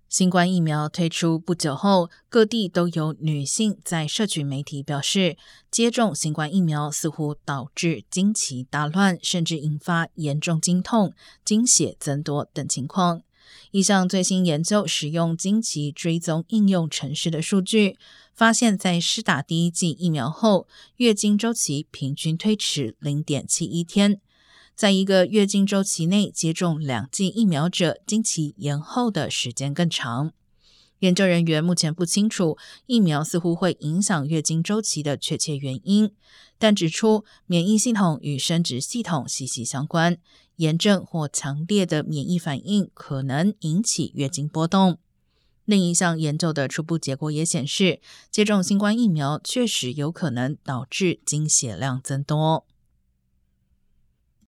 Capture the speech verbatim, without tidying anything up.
新冠疫苗推出不久后，各地都有女性在社群媒体表示，接种新冠疫苗似乎导致经期大乱，甚至引发严重经痛、经血增多等情况。一项最新研究使用经期追踪应用程式的数据，发现在施打第一剂疫苗后，月经周期平均推迟 零点七一 天。在一个月经周期内接种两剂疫苗者，经期延后的时间更长。研究人员目前不清楚疫苗似乎会影响月经周期的确切原因，但指出免疫系统与生殖系统息息相关，炎症或强烈的免疫反应可能引起月经波动。另一项研究的初步结果也显示，接种新冠疫苗确实有可能导致经血量增多。